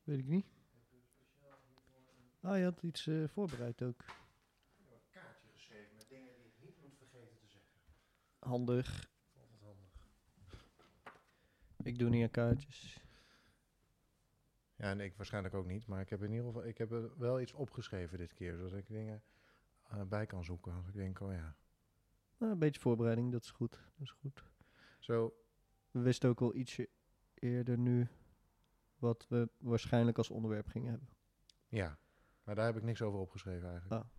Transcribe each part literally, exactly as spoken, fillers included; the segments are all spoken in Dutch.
Weet ik niet. Ah, je had iets uh, voorbereid ook. Ik heb een kaartje geschreven met dingen die ik niet moet vergeten te zeggen. Handig. Altijd handig. Ik doe niet aan kaartjes. Ja, en ik waarschijnlijk ook niet. Maar ik heb in ieder geval ik heb er wel iets opgeschreven dit keer. Zodat ik dingen uh, bij kan zoeken. Als ik denk, oh ja. Nou, een beetje voorbereiding, dat is goed. Dat is goed. Zo. We wisten ook al ietsje eerder nu wat we waarschijnlijk als onderwerp gingen hebben. Ja, maar daar heb ik niks over opgeschreven eigenlijk. Ah.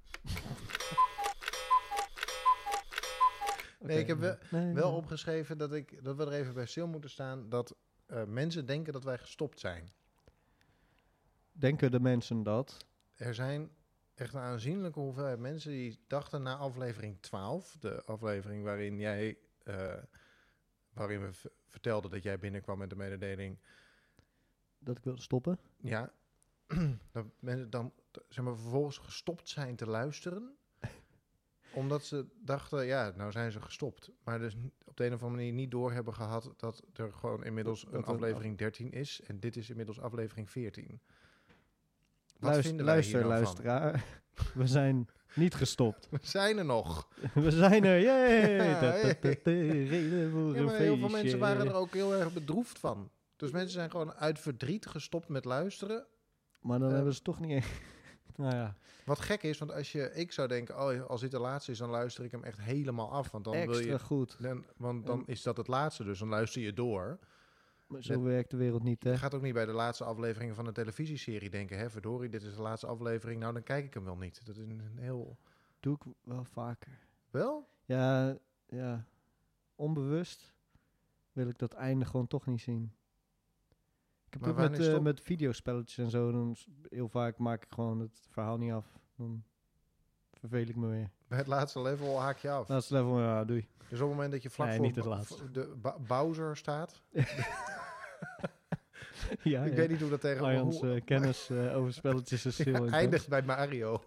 Nee, okay, ik heb wel, nee, wel nee. opgeschreven dat, ik, dat we er even bij stil moeten staan dat uh, mensen denken dat wij gestopt zijn. Denken de mensen dat? Er zijn echt een aanzienlijke hoeveelheid mensen die dachten na aflevering twaalf, de aflevering waarin jij, uh, waarin we v- vertelden dat jij binnenkwam met de mededeling. Dat ik wilde stoppen? Ja, dat mensen dan zeg maar, vervolgens gestopt zijn te luisteren. Omdat ze dachten, ja, nou zijn ze gestopt. Maar dus op de een of andere manier niet door hebben gehad dat er gewoon inmiddels dat, een dat aflevering dertien is. En dit is inmiddels aflevering veertien. Wat luister, vinden wij luister, hier nou luisteraar. We zijn niet gestopt. We zijn er nog. We zijn er, yay! Reden voor ja, maar heel veel mensen waren er ook heel erg bedroefd van. Dus mensen zijn gewoon uit verdriet gestopt met luisteren. Maar dan uh, hebben ze toch niet echt... Nou ja. Wat gek is, want als je, ik zou denken, oh, als dit de laatste is, dan luister ik hem echt helemaal af. Want dan Extra wil je, goed. Dan, want dan en, is dat het laatste, dus dan luister je door. Maar zo Net, werkt de wereld niet, hè? Je gaat ook niet bij de laatste aflevering van een televisieserie denken, hè, verdorie, dit is de laatste aflevering, nou dan kijk ik hem wel niet. Dat is een heel... Doe ik wel vaker. Wel? Ja, ja. Onbewust wil ik dat einde gewoon toch niet zien. Ik heb ook met, uh, met videospelletjes en zo, dan heel vaak maak ik gewoon het verhaal niet af. Dan verveel ik me weer. Bij het laatste level haak je af? Laatste level, ja, doei. Dus op het moment dat je vlak nee, voor niet het laatste. de ba- Bowser staat... ja, ik ja. weet niet hoe dat tegen... Arjan's uh, kennis uh, over spelletjes is heel ja, eindigt bij Mario.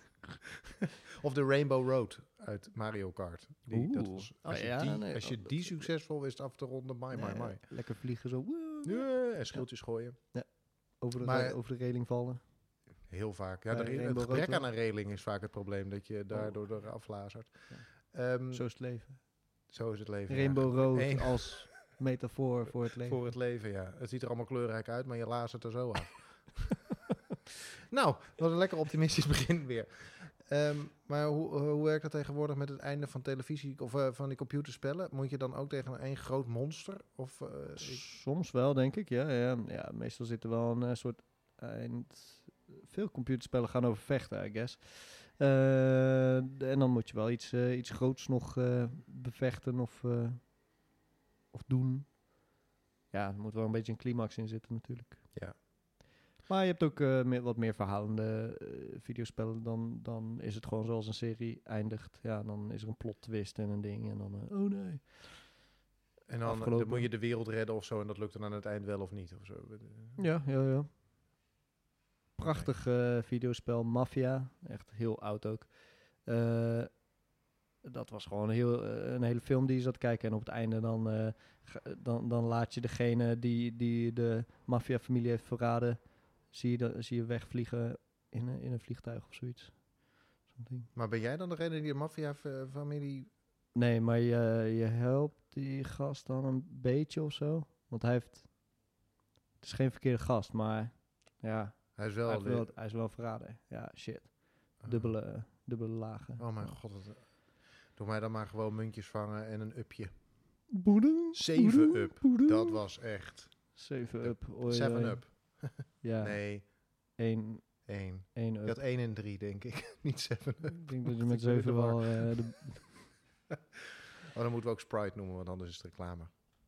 Of de Rainbow Road uit Mario Kart. Die, dat was, als, oh, je, ja, die, nee, als je die succesvol wist af te ronden, my, my, my. Lekker vliegen zo. Ja, en schildjes ja. gooien. Ja. Over, de maar, re- over de reling vallen. Heel vaak. Ja, de, re- het gebrek aan een reling is vaak het probleem, dat je daardoor oh. eraf lazert. Ja. Um, zo is het leven. Zo is het leven. Rainbow ja. Road Eén. Als metafoor voor het leven. Voor het leven, ja. Het ziet er allemaal kleurrijk uit, maar je lazert er zo af. Nou, wat een lekker optimistisch begin weer. Um, maar hoe, hoe werkt dat tegenwoordig met het einde van televisie of uh, van die computerspellen? Moet je dan ook tegen een groot monster? Of, uh, Soms wel, denk ik. Ja, ja. ja meestal zit er wel een uh, soort eind. Veel computerspellen gaan over vechten, I guess. Uh, en dan moet je wel iets, uh, iets groots nog uh, bevechten of, uh, of doen. Ja, er moet wel een beetje een climax in zitten natuurlijk. Ja. Maar je hebt ook uh, meer, wat meer verhalende uh, videospellen. Dan, dan is het gewoon zoals een serie eindigt. Ja, dan is er een plot twist en een ding. En dan, uh, oh nee. En dan, dan moet je de wereld redden of zo. En dat lukt dan aan het eind wel of niet. Of zo. Ja, ja, ja. Prachtig uh, videospel. Mafia. Echt heel oud ook. Uh, dat was gewoon heel, uh, een hele film die je zat kijken. En op het einde dan, uh, ga, dan, dan laat je degene die, die de maffia-familie heeft verraden... Zie je, de, zie je wegvliegen in een, in een vliegtuig of zoiets. Zo'n ding. Maar ben jij dan degene die de maffia-familie... Nee, maar je, je helpt die gast dan een beetje of zo. Want hij heeft... Het is geen verkeerde gast, maar... Ja, hij is wel... Hij, wel, hij is wel verraden. Ja, shit. Dubbele, uh. dubbele lagen. Oh mijn god. Het, doe mij dan maar gewoon muntjes vangen en een upje. Boedem. Zeven up. Boedem. Dat was echt... Zeven up. Seven up. Ja. Nee. Eén. Eén. Eén je had één en drie, denk ik. Niet seven up. Ik denk dat je met zeven wel... Uh, de... oh, dan moeten we ook Sprite noemen, want anders is het reclame.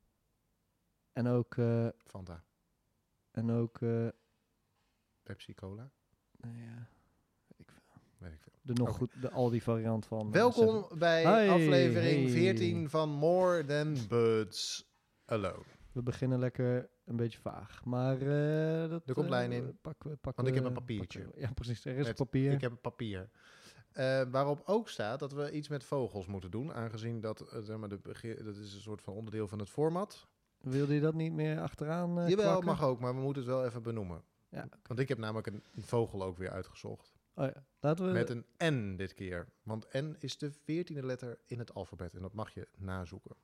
En ook... Uh, Fanta. En ook... Uh, Pepsi Cola. Nou ja, weet ik veel. Weet ik veel. De nog okay. goed, de Aldi variant van... Welkom uh, bij hey, aflevering hey. veertien van More Than Birds Alone. We beginnen lekker een beetje vaag, maar uh, dat... Er komt uh, lijn in, pakken we, pakken want ik heb een papiertje. We, ja, precies, er is met, papier. Ik heb een papier. Uh, waarop ook staat dat we iets met vogels moeten doen, aangezien dat, uh, zeg maar, de begin, dat is een soort van onderdeel van het format. Wilde je dat niet meer achteraan uh, Jawel, kwakken? mag ook, maar we moeten het wel even benoemen. Ja. Want ik heb namelijk een, een vogel ook weer uitgezocht. Oh ja, laten we... Met een N dit keer. Want N is de veertiende letter in het alfabet. En dat mag je nazoeken.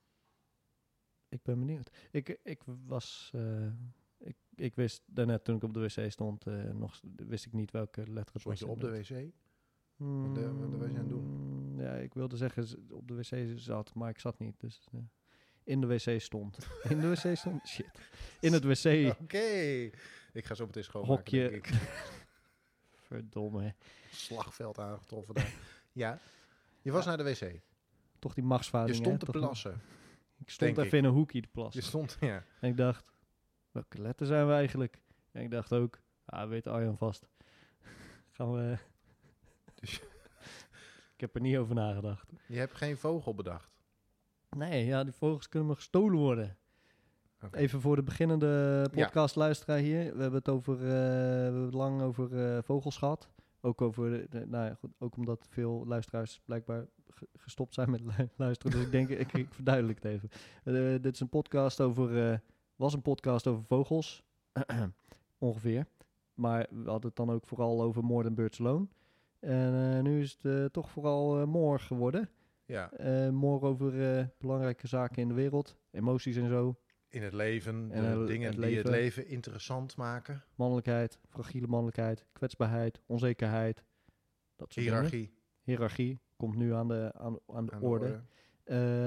Ik ben benieuwd. Ik, ik was... Uh, ik, ik wist daarnet toen ik op de wc stond, uh, nog wist ik niet welke letter het Stond was. je op de wc? Hmm, Wat, de, wat was je aan het doen? Ja, ik wilde zeggen z- op de wc zat, maar ik zat niet. Dus uh, in de wc stond. In de wc stond? Shit. In het wc. Oké. Okay. Ik ga zo meteen schoonmaken, Hokje. denk ik. Verdomme. Slagveld aangetroffen daar. Ja. Je was ja. naar de wc. Toch die machtsvaring. Je stond hè? te plassen. Ik stond denk even ik. in een hoekje te plassen. Je stond, ja. En ik dacht, welke letter zijn we eigenlijk? En ik dacht ook, ah, weet Arjan vast. Gaan we... Dus ik heb er niet over nagedacht. je hebt geen vogel bedacht? Nee, ja, die vogels kunnen me gestolen worden. Okay. Even voor de beginnende podcastluisteraar hier. We hebben het over, uh, we hebben het lang over uh, vogels gehad. Ook, over de, de, nou ja, goed, ook omdat veel luisteraars blijkbaar ge- gestopt zijn met lu- luisteren. Dus ik denk, ik, ik verduidelijk het even. Uh, dit is een podcast over, uh, was een podcast over vogels. Ongeveer. Maar we hadden het dan ook vooral over More Than Birds Alone. En uh, nu is het uh, toch vooral uh, more geworden. Ja. Uh, more over uh, belangrijke zaken in de wereld. Emoties en zo. In het leven, En de het dingen het die leven. het leven interessant maken. Mannelijkheid, fragiele mannelijkheid, kwetsbaarheid, onzekerheid. Dat soort Hiërarchie. dingen. Hiërarchie komt nu aan de, aan, aan de Aan orde. de orde. Uh,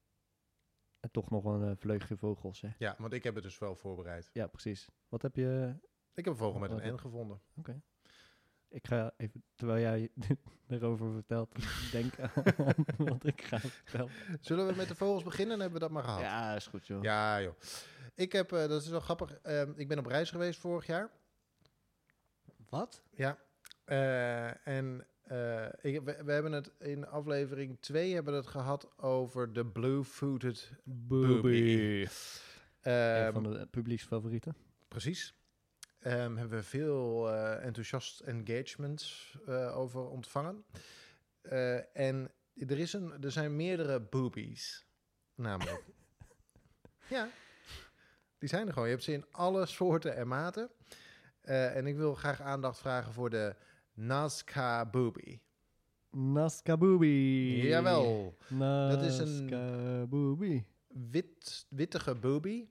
en toch nog een uh, vleugje vogels, hè? Ja, want ik heb het dus wel voorbereid. Ja, precies. Wat heb je... Ik heb een vogel met Wat een heb- N gevonden. Oké. Okay. Ik ga even, terwijl jij erover vertelt, denken aan wat ik ga vertellen. Zullen we met de vogels beginnen en hebben we dat maar gehad? Ja, is goed, joh. Ja, joh. Ik heb, uh, dat is wel grappig, uh, ik ben op reis geweest vorig jaar. Wat? Ja. Uh, en uh, ik, we, we hebben het in aflevering twee hebben we het gehad over de blue-footed booby. Een van de publieksfavorieten. Precies. Um, hebben we veel uh, enthousiast engagements uh, over ontvangen. Uh, en er, is een, er zijn meerdere boobies, namelijk. Ja, die zijn er gewoon. Je hebt ze in alle soorten en maten. Uh, en ik wil graag aandacht vragen voor de Nazca booby. Nazca booby. Jawel. Nazca Dat is een booby. Wit, wittige booby.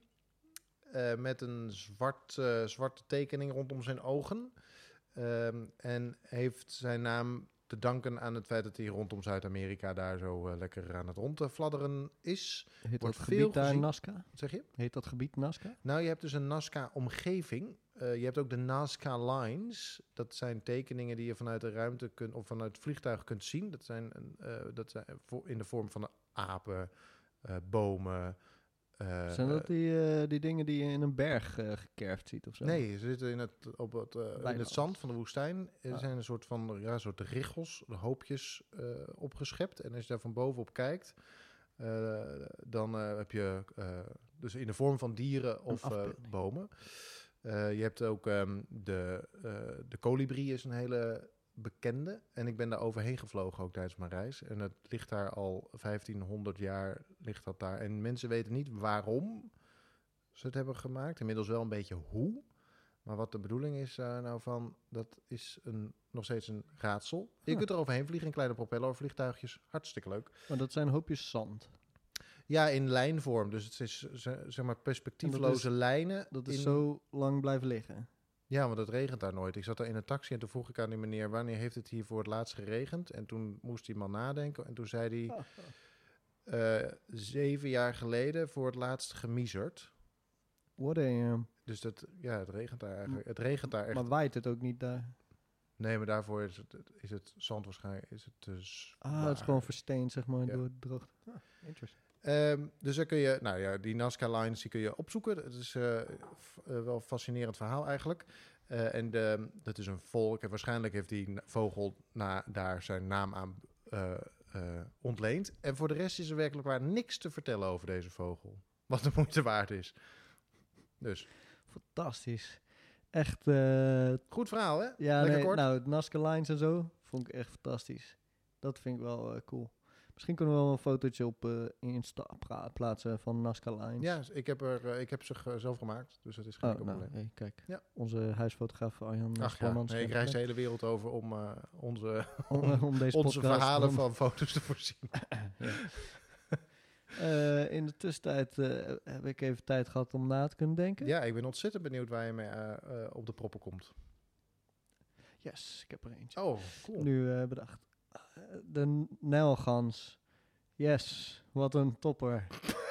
Uh, met een zwart, uh, zwarte tekening rondom zijn ogen. Um, en heeft zijn naam te danken aan het feit dat hij rondom Zuid-Amerika daar zo uh, lekker aan het rondfladderen is. Heet Wordt dat veel gebied daar gezien. Nazca? Wat zeg je? Heet dat gebied Nazca? Nou, je hebt dus een Nazca-omgeving. Uh, je hebt ook de Nazca Lines. Dat zijn tekeningen die je vanuit de ruimte kunt of vanuit het vliegtuig kunt zien. Dat zijn, uh, dat zijn voor, in de vorm van apen, uh, bomen. Uh, Zijn dat die, uh, die dingen die je in een berg uh, gekerfd ziet of zo? Nee, ze zitten in het, op het, uh, in het zand van de woestijn. Er ah. zijn een soort van ja, soort richels, hoopjes uh, opgeschept. En als je daar van bovenop kijkt, uh, dan uh, heb je uh, dus in de vorm van dieren of uh, bomen. Uh, je hebt ook um, de, uh, de kolibrie is een hele bekende. En ik ben daar overheen gevlogen ook tijdens mijn reis. En het ligt daar al vijftienhonderd jaar ligt dat daar. En mensen weten niet waarom ze het hebben gemaakt. Inmiddels wel een beetje hoe. Maar wat de bedoeling is uh, nou van, dat is een, nog steeds een raadsel. Je huh. kunt er overheen vliegen in kleine propellervliegtuigjes. Hartstikke leuk. Maar dat zijn hoopjes zand. Ja, in lijnvorm. Dus het is zeg maar perspectiefloze dat is, lijnen. Dat is in... zo lang blijven liggen. Ja, want het regent daar nooit. Ik zat daar in een taxi en toen vroeg ik aan die meneer, wanneer heeft het hier voor het laatst geregend? En toen moest die man nadenken en toen zei hij, oh, oh. Uh, zeven jaar geleden voor het laatst gemiezerd. What a, uh, dus dat, ja, het regent daar eigenlijk. Het regent daar echt. Maar waait het ook niet daar? Nee, maar daarvoor is het, is het zand waarschijnlijk, is het dus Ah, waar. Het is gewoon versteend, zeg maar, ja. door de droogte. Ah, interesting. Um, dus dan kun je, nou ja, die Nazca Lines die kun je opzoeken. Het is uh, f- uh, wel een fascinerend verhaal eigenlijk. Uh, en de, dat is een volk en waarschijnlijk heeft die vogel na, daar zijn naam aan uh, uh, ontleend. En voor de rest is er werkelijk waar niks te vertellen over deze vogel. Wat de moeite waard is. Dus. Fantastisch. Echt. Uh, Goed verhaal, hè? Ja, lekker nee, kort. Nou, het Nazca Lines en zo vond ik echt fantastisch. Dat vind ik wel uh, cool. Misschien kunnen we wel een fotootje op uh, Insta pra- plaatsen van Nazca Lines. Ja, ik heb, er, uh, ik heb ze uh, zelf gemaakt, dus dat is geen oh, probleem. Nou, hey, kijk, ja. Onze huisfotograaf Arjan Ach ja, nee, ik reis de hele wereld over om uh, onze, om, om deze onze verhalen om... van foto's te voorzien. ja. uh, in de tussentijd uh, heb ik even tijd gehad om na te kunnen denken. Ja, ik ben ontzettend benieuwd waar je mee uh, uh, op de proppen komt. Yes, ik heb er eentje. Oh, cool. Nu uh, bedacht. Uh, de Nijlgans. Yes, wat een topper.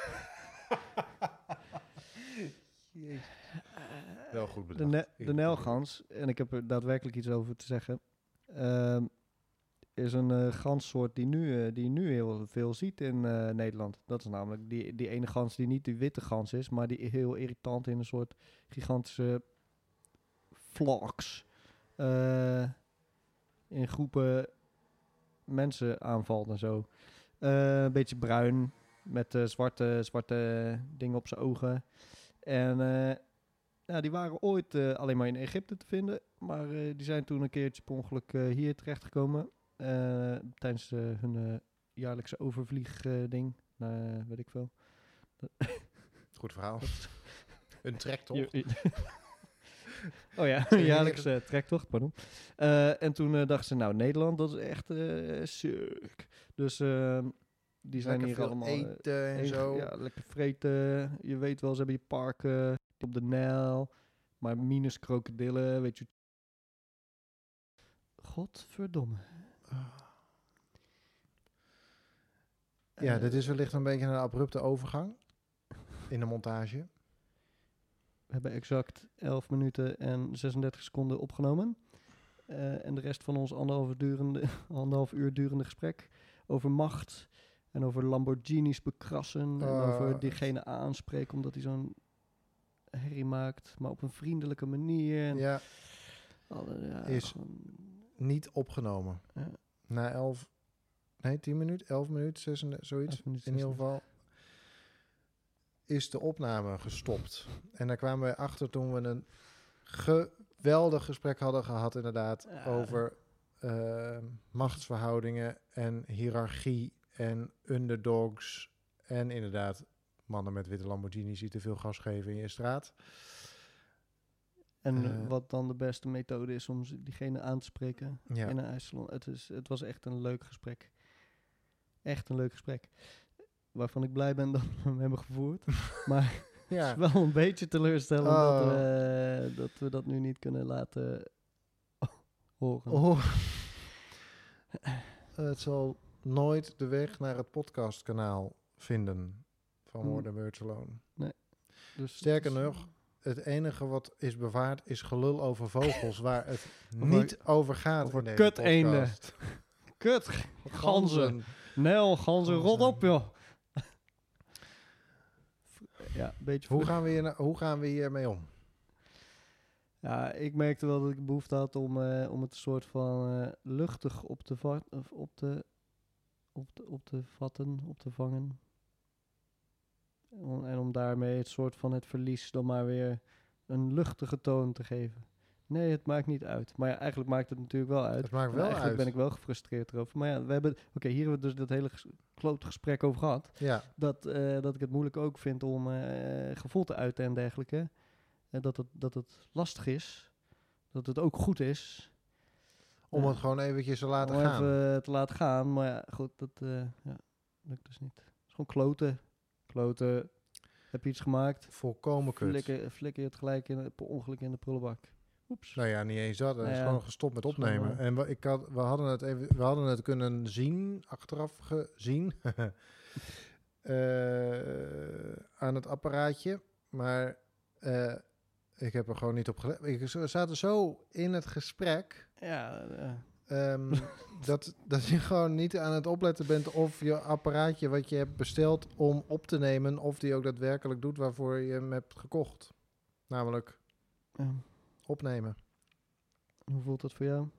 uh, Wel goed bedacht. De, ne- de Nijlgans, en ik heb er daadwerkelijk iets over te zeggen, uh, is een uh, ganssoort die, nu, uh, die je nu heel veel ziet in uh, Nederland. Dat is namelijk die, die ene gans die niet de witte gans is, maar die heel irritant in een soort gigantische flocks uh, in groepen mensen aanvalt en zo. Uh, een beetje bruin, met uh, zwarte, zwarte dingen op zijn ogen. En uh, ja, die waren ooit uh, alleen maar in Egypte te vinden, maar uh, die zijn toen een keertje per ongeluk uh, hier terechtgekomen. Uh, tijdens uh, hun uh, jaarlijkse overvlieg-ding. Uh, weet ik veel. Goed verhaal. Een trektocht. Je, je oh ja, een jaarlijkse trektocht, pardon. Uh, en toen uh, dachten ze, nou, Nederland, dat is echt uh, sick. Dus uh, die zijn lekker hier allemaal... eten uh, en een, zo. Ja, lekker vreten. Je weet wel, ze hebben hier parken op de Nijl. Maar minus krokodillen, weet je. Godverdomme. Ja, uh, dit is wellicht een beetje een abrupte overgang in de montage. We hebben exact elf minuten en zesendertig seconden opgenomen. Uh, en de rest van ons anderhalf, durende, anderhalf uur durende gesprek over macht en over Lamborghinis bekrassen uh, en over diegene aanspreken omdat hij zo'n herrie maakt, maar op een vriendelijke manier. En ja, alle, ja is gewoon niet opgenomen. Ja. Na elf, nee, tien minuten, elf minuten, zes, zoiets. Minuten, in ieder geval is de opname gestopt. En daar kwamen wij achter toen we een geweldig gesprek hadden gehad, inderdaad, ja. over uh, machtsverhoudingen en hiërarchie en underdogs en inderdaad mannen met witte Lamborghinis die te veel gas geven in je straat. En uh, wat dan de beste methode is om diegene aan te spreken ja. in een ijssalon. Het, is, het was echt een leuk gesprek. Echt een leuk gesprek. Waarvan ik blij ben dat we hem hebben gevoerd. Maar ja. het is wel een beetje teleurstellend oh. dat, we, uh, dat we dat nu niet kunnen laten oh, horen. Oh. Het zal nooit de weg naar het podcastkanaal vinden van More Than Words Alone. Nee. Dus sterker is, nog, het enige wat is bewaard is gelul over vogels, waar het niet over gaat over in deze kut podcast. Eenden. Kut ganzen. Nijl, ganzen, rot op joh. Ja, een beetje hoe, gaan we hier, hoe gaan we hiermee om? Ja, ik merkte wel dat ik behoefte had om, uh, om het een soort van uh, luchtig op te, va- op, te, op, te, op te vatten, op te vangen. Om, en om daarmee het soort van het verlies dan maar weer een luchtige toon te geven. Nee, het maakt niet uit. Maar ja, eigenlijk maakt het natuurlijk wel uit. Het maakt wel eigenlijk uit. ben ik wel gefrustreerd erover. Maar ja, we hebben... Oké, okay, hier hebben we dus dat hele ges- klote gesprek over gehad. Ja. Dat, uh, dat ik het moeilijk ook vind om uh, gevoel te uiten en dergelijke. Uh, dat, het, dat het lastig is. Dat het ook goed is. Om uh, het gewoon eventjes te laten om gaan. Om even te laten gaan. Maar ja, goed, dat uh, ja, lukt dus niet. Het is gewoon kloten. Kloten. Heb je iets gemaakt? Volkomen kut. Flikker, flikker je het gelijk in, per ongeluk in de prullenbak. Oeps. Nou ja, niet eens dat. Het nou is ja. gewoon gestopt met opnemen. Gewoon, uh, en we, ik had, we, hadden het even, we hadden het kunnen zien, achteraf gezien, uh, aan het apparaatje. Maar uh, ik heb er gewoon niet op gelet. We zaten zo in het gesprek. Ja, uh. Um, dat, dat je gewoon niet aan het opletten bent of je apparaatje wat je hebt besteld om op te nemen, of die ook daadwerkelijk doet waarvoor je hem hebt gekocht. Namelijk uh. opnemen. Hoe voelt dat voor jou?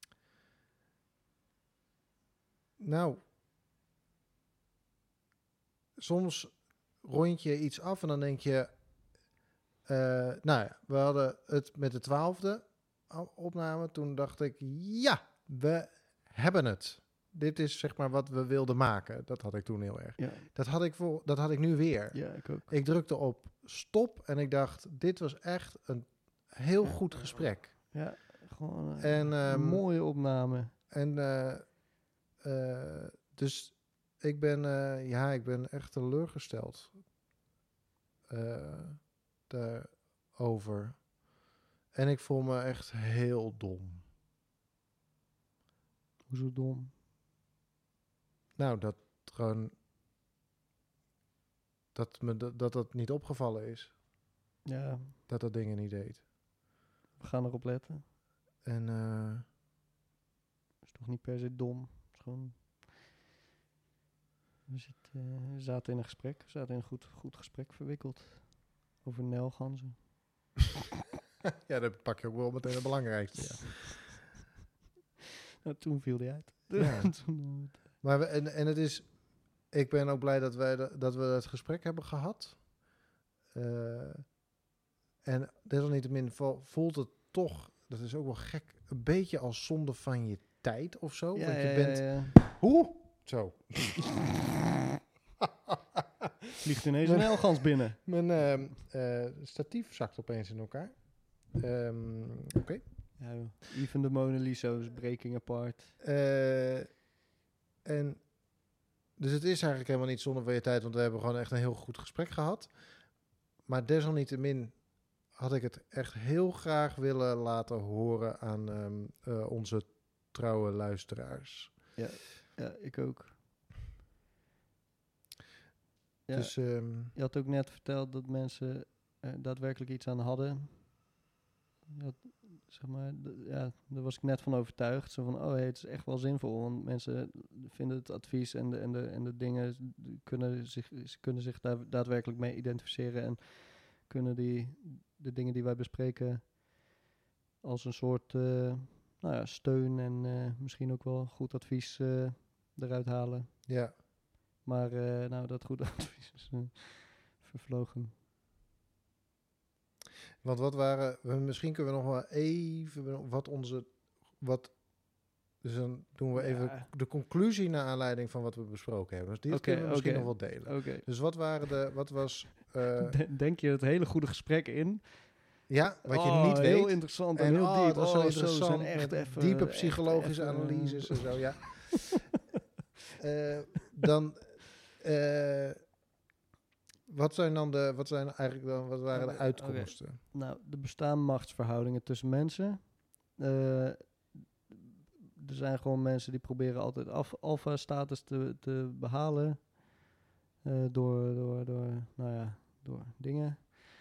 Nou, soms rond je iets af en dan denk je, uh, nou ja, we hadden het met de twaalfde opname. Toen dacht ik, ja, we hebben het. dit is zeg maar wat we wilden maken. Dat had ik toen heel erg. Ja, Dat had ik, voor, dat had ik nu weer. ja, ik ook. Ik drukte op stop en ik dacht, dit was echt een heel Ja. goed gesprek. Ja, gewoon eh, En, een ehm, mooie opname. En uh, uh, dus ik ben, uh, ja, ik ben echt teleurgesteld uh, daarover. En ik voel me echt heel dom. Hoezo dom? Nou, dat gewoon dat me dat, dat dat niet opgevallen is. Ja, Dat dat dingen niet deed. we gaan erop letten. En uh, is toch niet per se dom. Het is gewoon... We, zit, uh, we zaten in een gesprek. We zaten in een goed, goed gesprek verwikkeld. Over Nijlganzen. ja, dan pak je ook wel meteen het belangrijkste. Ja. Nou, toen viel die uit. Ja. toen, uh, maar we, en, en het is... Ik ben ook blij dat, wij de, dat we het gesprek hebben gehad. Uh, en desalniettemin voelt het toch... Dat is ook wel gek. Een beetje als zonde van je tijd of zo. ja, want je ja, bent... ja, ja. Hoe? Zo. Vliegt ineens een Nijlgans binnen. Mijn uh, uh, statief zakt opeens in elkaar. Um, Oké. Okay. Ja, joh. Even de Mona Lisa's breaking apart. Uh, en... Dus het is eigenlijk helemaal niet zonde van je tijd, want we hebben gewoon echt een heel goed gesprek gehad. Maar desalniettemin had ik het echt heel graag willen laten horen aan um, uh, onze trouwe luisteraars. Ja, ja ik ook. Ja, dus, um, je had ook net verteld dat mensen er daadwerkelijk iets aan hadden. Dat, zeg maar, d- ja, daar was ik net van overtuigd. Zo van, oh hey, het is echt wel zinvol. Want mensen vinden het advies en de, en de, en de dingen kunnen zich, ze kunnen zich daar daadwerkelijk mee identificeren. En kunnen die, de dingen die wij bespreken als een soort uh, nou ja, steun en uh, misschien ook wel goed advies uh, eruit halen. Ja. Maar uh, nou, dat goede advies is uh, vervlogen. Want wat waren... We, misschien kunnen we nog wel even... Wat onze... Wat, dus dan doen we ja. even de conclusie naar aanleiding van wat we besproken hebben. Dus dit okay, kunnen we misschien okay. nog wel delen. Okay. Dus wat waren de... Wat was... Uh, Denk je het hele goede gesprek in? Ja, wat je oh, niet weet. Heel interessant en, en heel oh, diep. Dat was oh, zo interessant. Zo zijn echt even, diepe psychologische echt analyses even, en zo, ja. uh, dan... Uh, wat zijn dan de... Wat zijn eigenlijk dan... Wat waren okay, de uitkomsten? Okay. Nou, er bestaan machtsverhoudingen tussen mensen. Uh, er zijn gewoon mensen die proberen altijd af, alpha-status te, te behalen. Uh, door, door, door, nou ja, door dingen.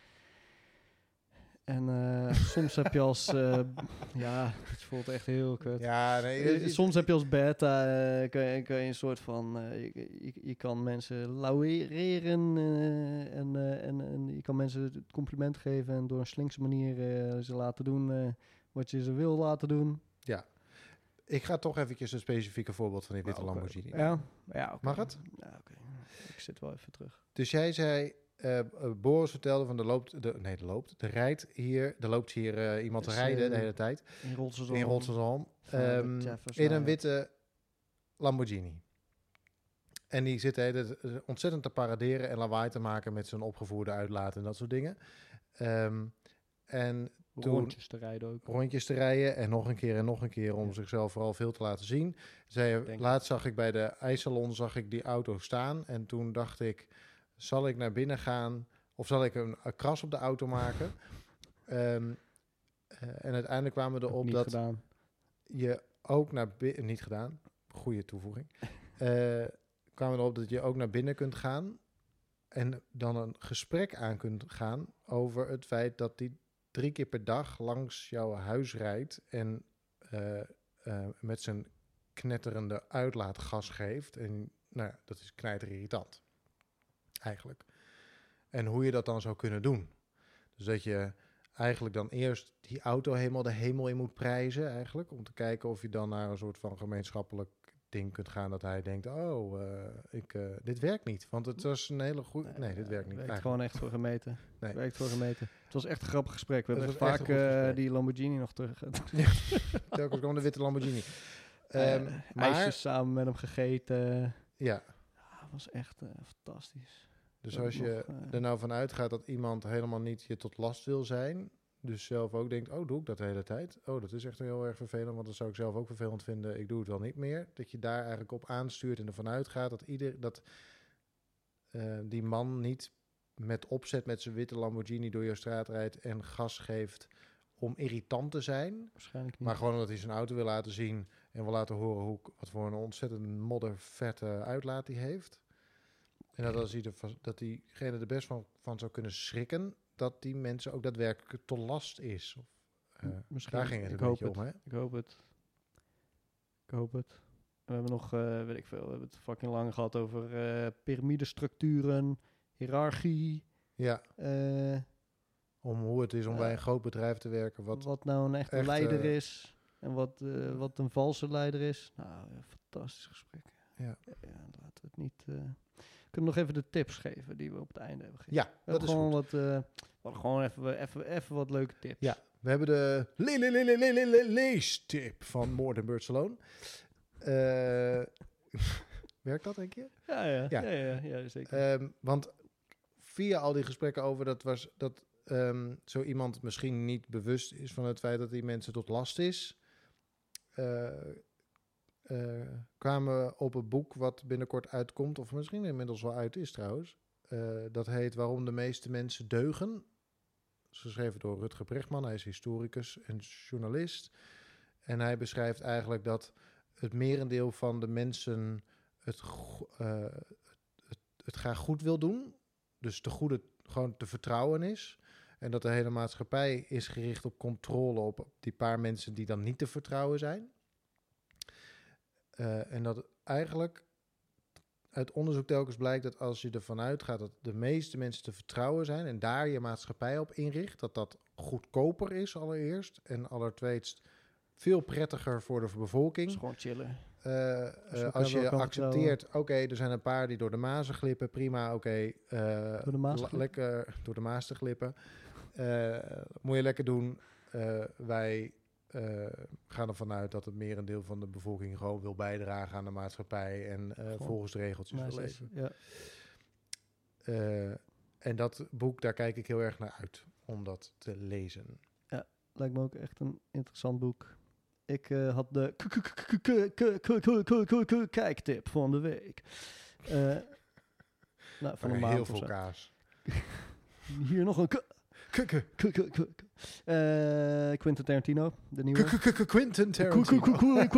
En uh, soms heb je als... Uh, ja, het voelt echt heel kut. Ja, nee, uh, soms heb je als beta... Uh, kan, je, kan je een soort van... Uh, je, je, je kan mensen lauweren uh, en, uh, en, en je kan mensen het compliment geven... en door een slinkse manier uh, ze laten doen uh, wat je ze wil laten doen. Ja. Ik ga toch eventjes een specifieke voorbeeld van die witte oh, okay. Lamborghini. Ja, ja okay. Mag het? Ja, oké. Okay. Ik zit wel even terug. Dus jij zei... Uh, uh, Boris vertelde van de loopt, de, nee, de loopt, de rijdt hier, er loopt hier uh, iemand te rijden uh, de hele tijd. In Rotterdam. In Rotterdam. Um, in een witte Lamborghini. En die zit hele, uh, ontzettend te paraderen en lawaai te maken met zijn opgevoerde uitlaat en dat soort dingen. Um, en toen rondjes te rijden ook. Rondjes te rijden en nog een keer en nog een keer om ja. zichzelf vooral veel te laten zien. Zij, laatst zag ik bij de ijssalon zag ik die auto staan en toen dacht ik... Zal ik naar binnen gaan of zal ik een, een kras op de auto maken? um, uh, en uiteindelijk kwamen we erop niet dat gedaan. je ook naar binnen... Niet gedaan, goede toevoeging. Uh, kwamen we erop dat je ook naar binnen kunt gaan... en dan een gesprek aan kunt gaan over het feit dat die drie keer per dag langs jouw huis rijdt... en uh, uh, met zijn knetterende uitlaatgas geeft. En nou ja, dat is knijterirritant. Eigenlijk. En hoe je dat dan zou kunnen doen. Dus dat je eigenlijk dan eerst die auto helemaal de hemel in moet prijzen eigenlijk. Om te kijken of je dan naar een soort van gemeenschappelijk ding kunt gaan. Dat hij denkt, oh, uh, ik, uh, dit werkt niet. Want het was een hele goede... Nee, nee, dit werkt niet. Het werkt gewoon echt voor gemeten. Nee. Het werkt voor gemeten. Het was echt een grappig gesprek. We het hebben vaak uh, die Lamborghini nog terug. Ja, telkens kwam de witte Lamborghini. Um, Uh, maar, ijsjes samen met hem gegeten. Ja. Ja, dat was echt uh, fantastisch. Dus dat als je nog, uh, er nou van uitgaat dat iemand helemaal niet je tot last wil zijn, dus zelf ook denkt, oh, doe ik dat de hele tijd? Oh, dat is echt heel erg vervelend, want dat zou ik zelf ook vervelend vinden. Ik doe het wel niet meer. Dat je daar eigenlijk op aanstuurt en ervan uitgaat dat, ieder, dat uh, die man niet met opzet met zijn witte Lamborghini door je straat rijdt en gas geeft om irritant te zijn. Waarschijnlijk niet. Maar gewoon omdat hij zijn auto wil laten zien en wil laten horen hoe, wat voor een ontzettend moddervette uitlaat hij heeft. En dat als hij er, dat diegene er best van, van zou kunnen schrikken, dat die mensen ook daadwerkelijk tot last is. Of, uh, Misschien, daar ging het een beetje het. om, hè? Ik hoop het. Ik hoop het. We hebben nog, uh, weet ik veel, we hebben het fucking lang gehad over uh, piramidestructuren, hiërarchie. Ja. Uh, om hoe het is om uh, bij een groot bedrijf te werken. Wat, wat nou een echte echt, leider uh, is en wat, uh, wat een valse leider is. Nou, ja, fantastisch gesprek. Ja. ja. Laten we het niet... Uh, we kunnen nog even de tips geven die we op het einde hebben gegeven. Ja, we dat is gewoon goed. Wat, uh, we gewoon even, even, even wat leuke tips. Ja, we hebben de le- le- le- le- le- le- le- leestip van More Than Birds Alone. Uh, werkt dat, denk je? Ja, ja, ja. ja, ja, ja zeker. Um, want via al die gesprekken over dat was dat um, zo iemand misschien niet bewust is van het feit dat die mensen tot last is, uh, uh, kwamen we op een boek wat binnenkort uitkomt, of misschien inmiddels wel uit is trouwens. Uh, dat heet Waarom de meeste mensen deugen. Dat is geschreven door Rutger Bregman. Hij is historicus en journalist. En hij beschrijft eigenlijk dat het merendeel van de mensen het, uh, het, het graag goed wil doen. Dus de goede gewoon te vertrouwen is. En dat de hele maatschappij is gericht op controle op die paar mensen die dan niet te vertrouwen zijn. Uh, en dat eigenlijk uit onderzoek telkens blijkt dat als je ervan uitgaat dat de meeste mensen te vertrouwen zijn en daar je maatschappij op inricht, dat dat goedkoper is allereerst en allertweetst veel prettiger voor de bevolking. Dus gewoon chillen. Uh, uh, als je accepteert, oké, okay, er zijn een paar die door de mazen glippen, prima, oké. Okay, uh, door de Maas la- lekker door de Maas te glippen. Uh, moet je lekker doen. Uh, wij uh, gaan ervan uit dat het merendeel van de bevolking gewoon wil bijdragen aan de maatschappij en uh, volgens de regeltjes wil leven. Ja. Uh, en dat boek, daar kijk ik heel erg naar uit om dat te lezen. Ja, lijkt me ook echt een interessant boek. Ik uh, had de kijktip van de week. Uh, nou, van een maand heel veel kaas. Hier nog een... Uh, Quentin Tarantino, de nieuwe. Quentin Tarantino.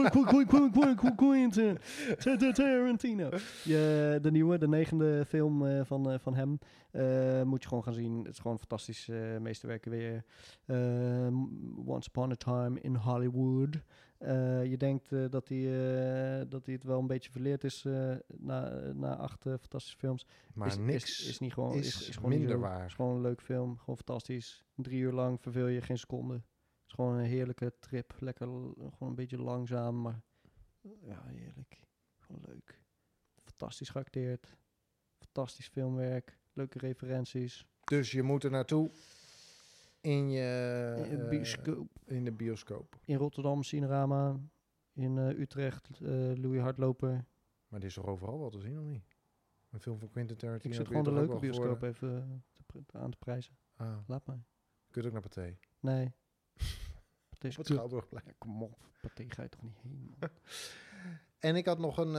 Quentin Tarantino. Ja, de nieuwe, de negende film uh, van, uh, van hem. Uh, moet je gewoon gaan zien. Het is gewoon fantastisch. Uh, meesterwerken weer. Uh, Once Upon a Time in Hollywood. Uh, je denkt uh, dat hij uh, dat hij het wel een beetje verleerd is uh, na, na acht uh, fantastische films. Maar is, niks is, is niet gewoon is, is, is gewoon minder zo, waar. Het is gewoon een leuk film, gewoon fantastisch. Drie uur lang verveel je geen seconde. Het is gewoon een heerlijke trip, lekker, gewoon een beetje langzaam, maar ja, heerlijk, gewoon leuk. Fantastisch geacteerd, fantastisch filmwerk, leuke referenties. Dus je moet er naartoe in je in, uh, bioscoop. in de bioscoop. In Rotterdam, Cinerama, in uh, Utrecht, uh, Louis Hardloper. Maar dit is toch overal wel te zien, of niet? Een film van Quentin Tarantino. Ik zit gewoon de leuke bioscoop even uh, te pr- aan te prijzen. Ah. Laat maar. Kun je ook naar Pathé? Nee. Pathé is het Schouwburgplein. Ja, kom op. Pathé ga je toch niet heen, man. En ik had nog een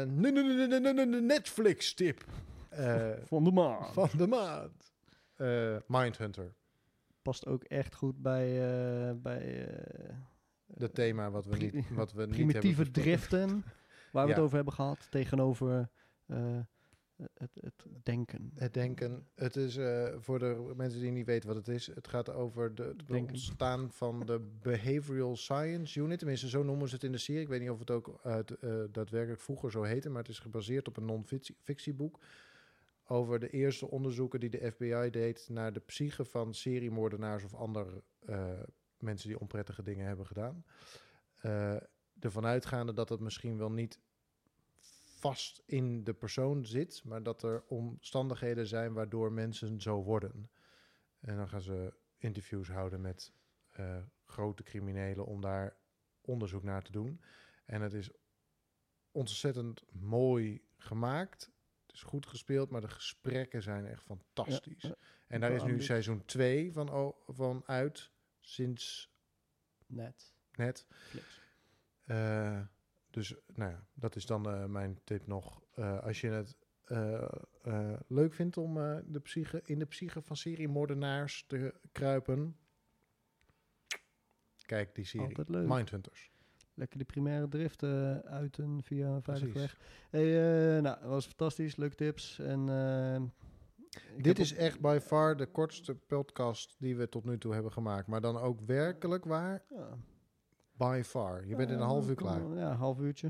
uh, Netflix-tip. Uh, van de maand. Van de maand. Uh, Mindhunter. Past ook echt goed bij... Uh, bij uh, het thema wat we niet, wat we primitieve niet driften, waar we ja. het over hebben gehad, tegenover uh, het, het denken. Het denken. Het is, uh, voor de mensen die niet weten wat het is, het gaat over de, het ontstaan van de Behavioral Science Unit. Tenminste, zo noemen ze het in de serie. Ik weet niet of het ook uh, t, uh, daadwerkelijk vroeger zo heette, maar het is gebaseerd op een non-fictieboek over de eerste onderzoeken die de F B I deed naar de psyche van seriemoordenaars of andere uh, mensen die onprettige dingen hebben gedaan. Uh, ervan uitgaande dat het misschien wel niet vast in de persoon zit, maar dat er omstandigheden zijn waardoor mensen zo worden. En dan gaan ze interviews houden met uh, grote criminelen om daar onderzoek naar te doen. En het is ontzettend mooi gemaakt. Het is goed gespeeld, maar de gesprekken zijn echt fantastisch. Ja, ja. En daar is nu Aanbod. seizoen twee van, o- van uit, sinds Net. net. Flix. Uh, dus nou ja, dat is dan uh, mijn tip nog. Uh, als je het uh, uh, leuk vindt om uh, de psyche, in de psyche van seriemoordenaars te kruipen, kijk die serie. Altijd leuk. Mindhunters. Lekker die primaire drift uh, uiten via een veilige weg. Hey, uh, nou, dat was fantastisch. Leuke tips. En, uh, Dit is op... echt by far de kortste podcast die we tot nu toe hebben gemaakt. Maar dan ook werkelijk waar. Ja. By far. Je bent uh, in een half uur klaar. Ja, een half uurtje.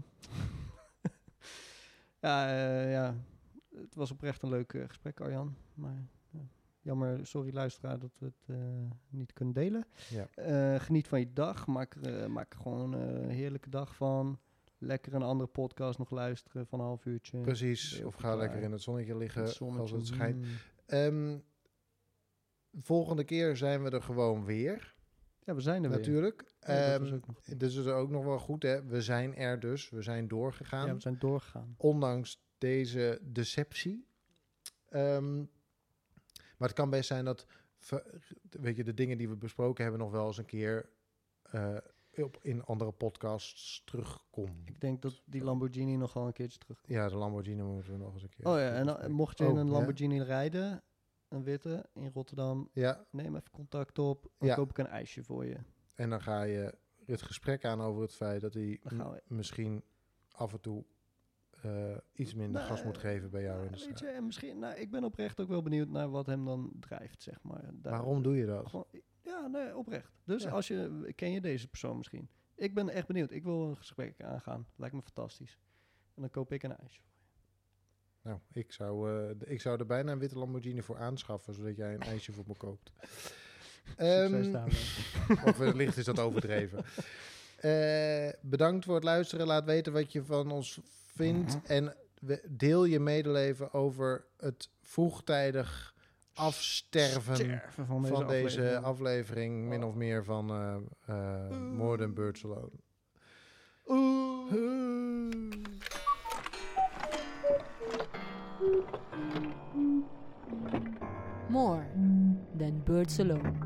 ja, uh, ja, het was oprecht een leuk uh, gesprek, Arjan. Maar uh, jammer, sorry luisteraar, dat we het uh, niet kunnen delen. Ja. Uh, geniet van je dag. Maak er, uh, maak er gewoon uh, een heerlijke dag van. Lekker een andere podcast nog luisteren van een half uurtje. Precies. Of ga klaar. Lekker in het zonnetje liggen het zonnetje. Als het schijnt. Mm. Um, volgende keer zijn we er gewoon weer. Ja, we zijn er natuurlijk. weer. Ja, um, dus is ook nog wel goed, hè? We zijn er dus. We zijn doorgegaan. Ja, we zijn doorgegaan. Ondanks deze deceptie. Um, maar het kan best zijn dat, weet je, de dingen die we besproken hebben nog wel eens een keer uh, op, in andere podcasts terugkomen. Ik denk dat die Lamborghini nog wel een keertje terugkomt. Ja, de Lamborghini moeten we nog eens een keer. Oh ja, en dan, mocht je oh, in een Lamborghini ja? rijden, een witte, in Rotterdam, ja. neem even contact op, dan ja. koop ik een ijsje voor je. En dan ga je het gesprek aan over het feit dat hij m- misschien af en toe uh, iets minder nou, gas moet geven bij jou nou, in de straat. Weet je, misschien, nou, ik ben oprecht ook wel benieuwd naar wat hem dan drijft, zeg maar. Daar, Waarom doe je dat? Gewoon, ja, nee, oprecht. Dus ja. als je, ken je deze persoon misschien? Ik ben echt benieuwd. Ik wil een gesprek aangaan. Lijkt me fantastisch. En dan koop ik een ijsje. Nou, ik zou, uh, ik zou er bijna een witte Lamborghini voor aanschaffen, zodat jij een ijsje voor me koopt. um, of wellicht is dat overdreven. Uh, bedankt voor het luisteren. Laat weten wat je van ons vindt. Uh-huh. En we, deel je medeleven over het vroegtijdig afsterven Sterven van deze, van deze aflevering. aflevering. Min of meer van uh, uh, uh. More Than Birds Alone. Uh. Uh. More Than Birds Alone.